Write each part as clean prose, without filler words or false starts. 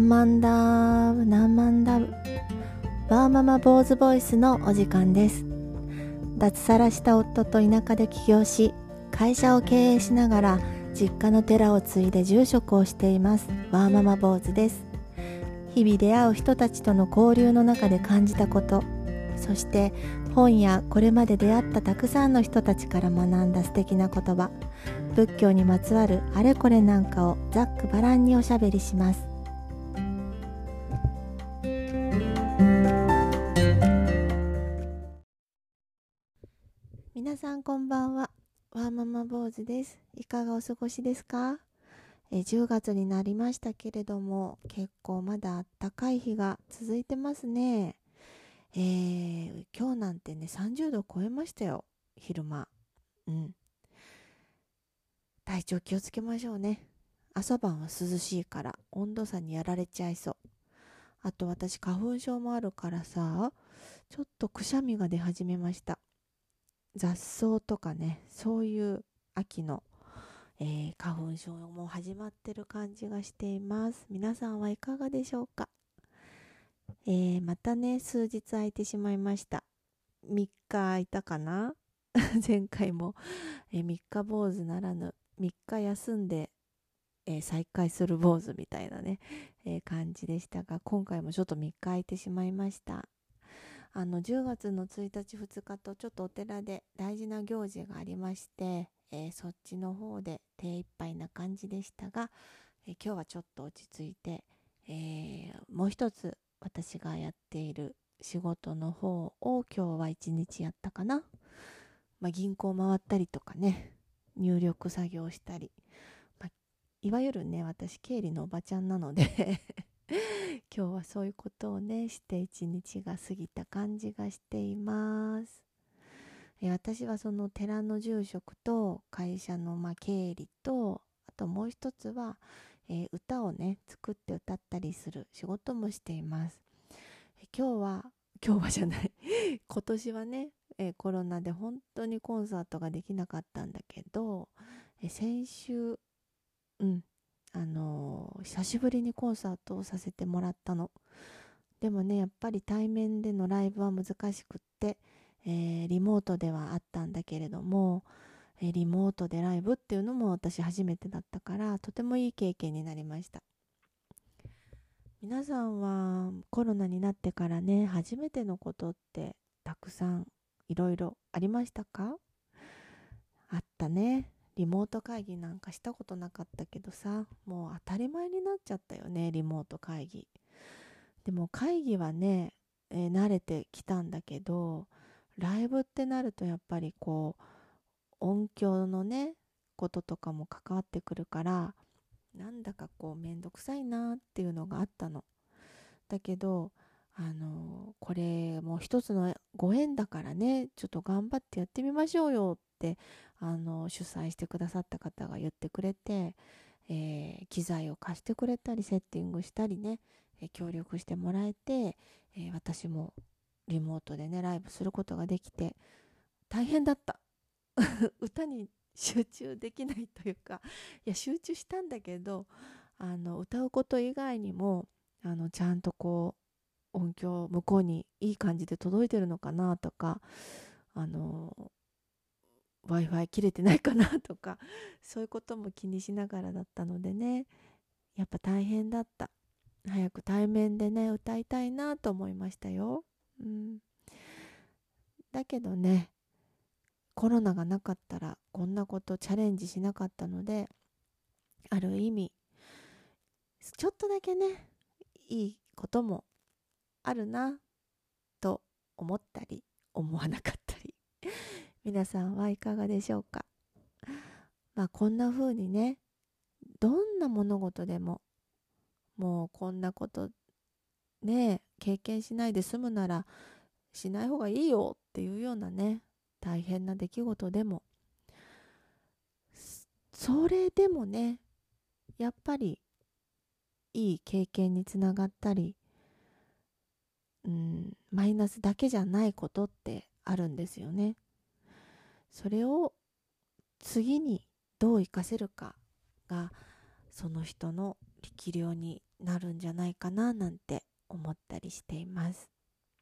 マンダブ何万ダブワーママ坊主ボイスのお時間です。脱サラした夫と田舎で起業し、会社を経営しながら実家の寺を継いで住職をしていますワーママ坊主です。日々出会う人たちとの交流の中で感じたこと、そして本やこれまで出会ったたくさんの人たちから学んだ素敵な言葉、仏教にまつわるあれこれなんかをざっくばらんにおしゃべりします。皆さんこんばんは、ワーママ坊主です。いかがお過ごしですか？10月になりましたけれども、結構まだ暖かい日が続いてますね。今日なんてね30度超えましたよ、昼間。体調気をつけましょうね。朝晩は涼しいから温度差にやられちゃいそう。あと私花粉症もあるからさ、ちょっとくしゃみが出始めました。雑草とかね、そういう秋の、花粉症も始まってる感じがしています。皆さんはいかがでしょうか？またね数日空いてしまいました。3日空いたかな前回も、3日坊主ならぬ3日休んで、再開する坊主みたいなね、感じでしたが、今回もちょっと3日空いてしまいました。10月の1日2日とちょっとお寺で大事な行事がありまして、そっちの方で手一杯な感じでしたが、今日はちょっと落ち着いて、もう一つ私がやっている仕事の方を今日は一日やったかな。銀行回ったりとかね、入力作業したり、いわゆるね、私経理のおばちゃんなので今日はそういうことをねして一日が過ぎた感じがしています。私はその寺の住職と会社の経理と、あともう一つは、歌をね作って歌ったりする仕事もしています。今日はじゃない今年はね、コロナで本当にコンサートができなかったんだけど、先週久しぶりにコンサートをさせてもらったの。でもね、やっぱり対面でのライブは難しくって、リモートではあったんだけれども、リモートでライブっていうのも私初めてだったから、とてもいい経験になりました。皆さんはコロナになってからね、初めてのことってたくさんいろいろありましたか？あったね。リモート会議なんかしたことなかったけどさ、もう当たり前になっちゃったよね、リモート会議。でも会議はね、慣れてきたんだけど、ライブってなるとやっぱりこう音響のねこととかも関わってくるから、なんだかこうめんどくさいなっていうのがあったの。だけどこれもう一つのご縁だからね、ちょっと頑張ってやってみましょうよって主催してくださった方が言ってくれて、機材を貸してくれたりセッティングしたりね、協力してもらえて、私もリモートでねライブすることができて大変だった歌に集中できないというか、いや集中したんだけど、歌うこと以外にもちゃんとこう音響向こうにいい感じで届いてるのかなとか、Wi-Fi 切れてないかなとか、そういうことも気にしながらだったのでね、やっぱ大変だった。早く対面でね歌いたいなと思いましたよ。だけどね、コロナがなかったらこんなことチャレンジしなかったので、ある意味ちょっとだけねいいこともあるなと思ったり思わなかったり皆さんはいかがでしょうか？こんな風にね、どんな物事でも、もうこんなことね経験しないで済むならしない方がいいよっていうようなね、大変な出来事でも、それでもねやっぱりいい経験につながったり、マイナスだけじゃないことってあるんですよね。それを次にどう活かせるかがその人の力量になるんじゃないかななんて思ったりしています。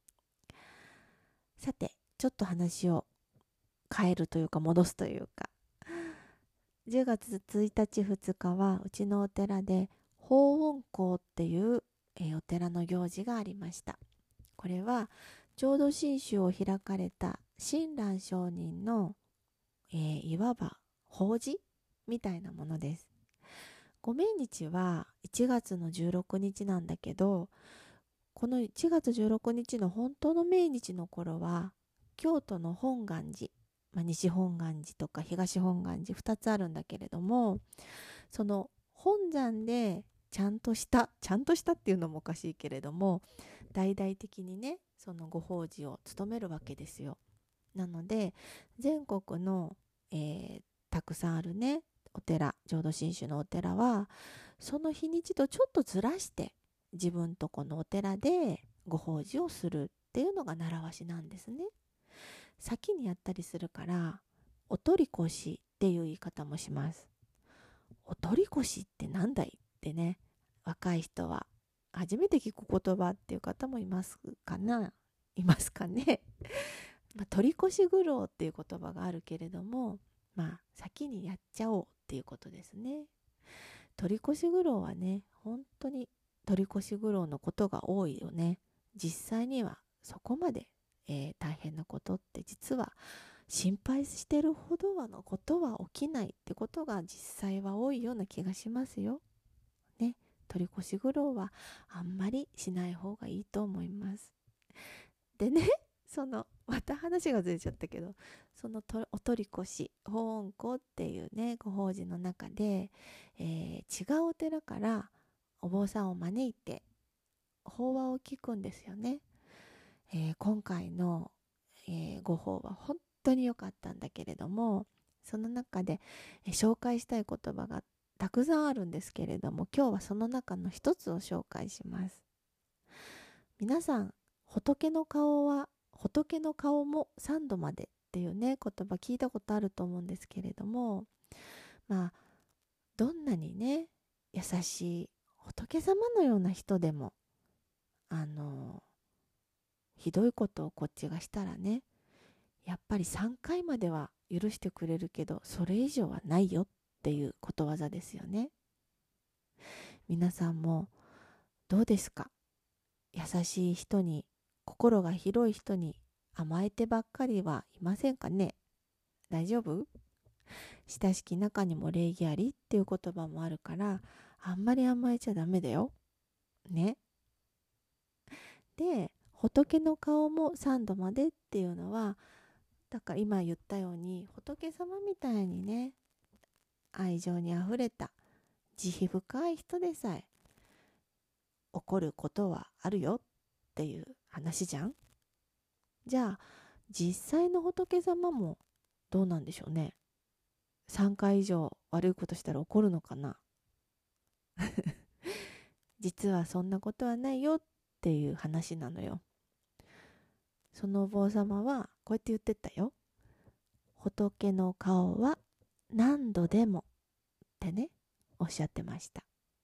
さて、ちょっと話を変えるというか戻すというか、10月1日2日はうちのお寺で法雲講っていう、お寺の行事がありました。これは浄土真宗を開かれた親鸞上人の、いわば法事みたいなものです。ご命日は1月の16日なんだけど、この1月16日の本当の命日の頃は京都の本願寺、西本願寺とか東本願寺2つあるんだけれども、その本山でちゃんとしたっていうのもおかしいけれども、大々的にね、そのご法事を務めるわけですよ。なので全国の、たくさんあるねお寺、浄土真宗のお寺はその日にちとちょっとずらして自分とこのお寺でご法事をするっていうのが習わしなんですね。先にやったりするからお取り越しっていう言い方もします。お取り越しってなんだいってね、若い人は初めて聞く言葉っていう方もいますかね取り越し苦労っていう言葉があるけれども、先にやっちゃおうっていうことですね。取り越し苦労はね、本当に取り越し苦労のことが多いよね。実際にはそこまで、大変なことって実は心配してるほどのことは起きないってことが実際は多いような気がしますよ。ね、取り越し苦労はあんまりしない方がいいと思います。でね、また話がずれちゃったけど、お取り越し法恩公っていうねご法事の中で、違うお寺からお坊さんを招いて法話を聞くんですよね。今回の、ご法は本当に良かったんだけれども、その中で、紹介したい言葉がたくさんあるんですけれども、今日はその中の一つを紹介します。皆さん、仏の顔も3度までっていうね言葉聞いたことあると思うんですけれども、どんなにね優しい仏様のような人でもひどいことをこっちがしたらね、やっぱり3回までは許してくれるけどそれ以上はないよっていうことわざですよね。皆さんもどうですか？優しい人に、心が広い人に甘えてばっかりはいませんかね？大丈夫？親しき中にも礼儀ありっていう言葉もあるから、あんまり甘えちゃダメだよね。で、仏の顔も3度までっていうのは、だから今言ったように仏様みたいにね、愛情にあふれた慈悲深い人でさえ怒ることはあるよっていう話じゃん。じゃあ実際の仏様もどうなんでしょうね。3回以上悪いことしたら怒るのかな実はそんなことはないよっていう話なのよ。そのお坊様はこうやって言ってたよ。仏の顔は何度でもってね、おっしゃってました。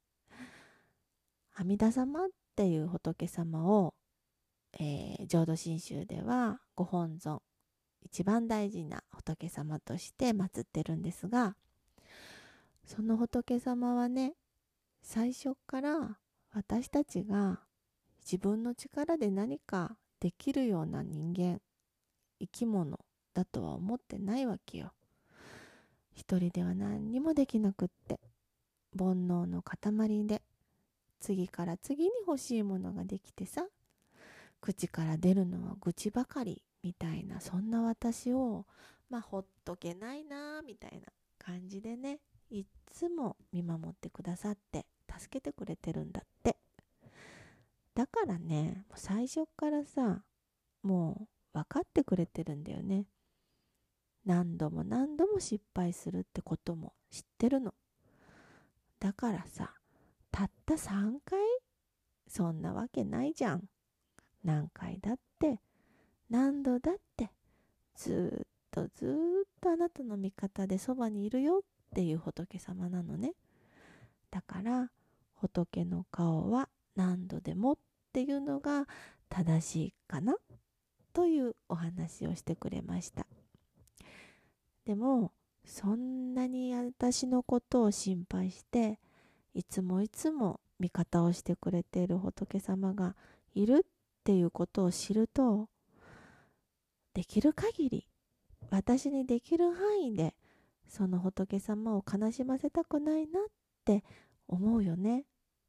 阿弥陀様っていう仏様を、浄土真宗ではご本尊、一番大事な仏様として祀ってるんですが、その仏様はね、最初から私たちが自分の力で何かできるような人間、生き物だとは思ってないわけよ。一人では何にもできなくって、煩悩の塊で次から次に欲しいものができてさ、口から出るのは愚痴ばかりみたいな、そんな私をほっとけないなみたいな感じでね、いつも見守ってくださって助けてくれてるんだって。だからね、もう最初からさ、もう分かってくれてるんだよね。何度も何度も失敗するってことも知ってるの。だからさ、たった3回、そんなわけないじゃん。何回だって何度だってずーっとあなたの味方でそばにいるよっていう仏様なのね。だから仏の顔は何度でもっていうのが正しいかなというお話をしてくれました。でもそんなに私のことを心配していつもいつも味方をしてくれている仏様がいるっていうことを知ると、できる限り私にできる範囲でその仏様を悲しませたくないなって思うよね。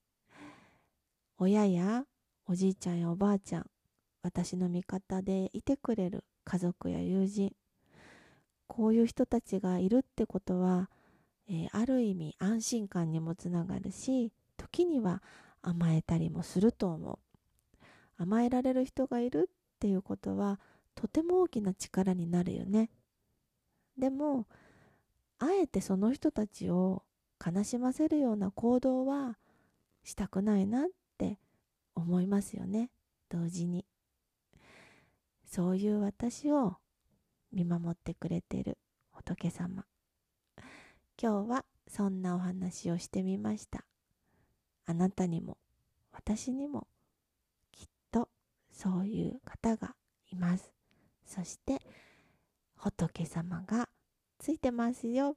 親やおじいちゃんやおばあちゃん、私の味方でいてくれる家族や友人、こういう人たちがいるってことは、ある意味安心感にもつながるし、時には甘えたりもすると思う。甘えられる人がいるっていうことはとても大きな力になるよね。でもあえてその人たちを悲しませるような行動はしたくないなって思いますよね。同時にそういう私を見守ってくれている仏様、今日はそんなお話をしてみました。あなたにも私にもきっとそういう方がいます。そして仏様がついてますよ。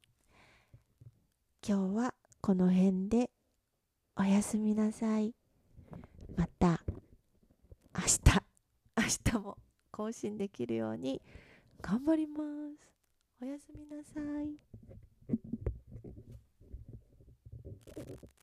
今日はこの辺でおやすみなさい。また明日も更新できるように頑張ります。おやすみなさい。